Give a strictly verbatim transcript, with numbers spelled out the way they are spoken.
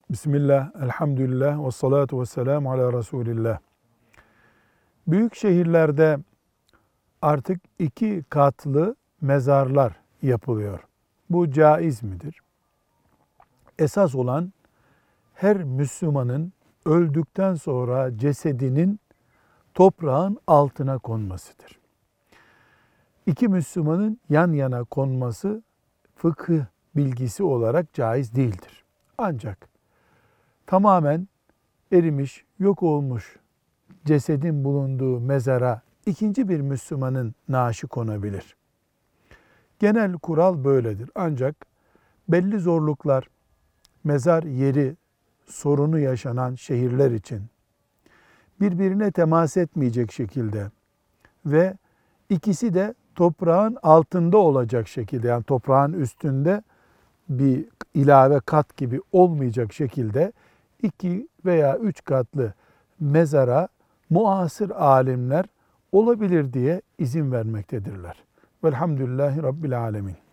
Bismillah, elhamdülillah, ve salatu ve selamu ala Resulillah. Büyük şehirlerde artık iki katlı mezarlar yapılıyor. Bu caiz midir? Esas olan her Müslümanın öldükten sonra cesedinin toprağın altına konmasıdır. İki Müslümanın yan yana konması fıkıh bilgisi olarak caiz değildir. Ancak tamamen erimiş, yok olmuş cesedin bulunduğu mezara ikinci bir Müslümanın naaşı konabilir. Genel kural böyledir. Ancak belli zorluklar, mezar yeri sorunu yaşanan şehirler için birbirine temas etmeyecek şekilde ve ikisi de toprağın altında olacak şekilde, yani toprağın üstünde bir ilave kat gibi olmayacak şekilde iki veya üç katlı mezara muasır alimler olabilir diye izin vermektedirler. Velhamdülillahi Rabbil alemin.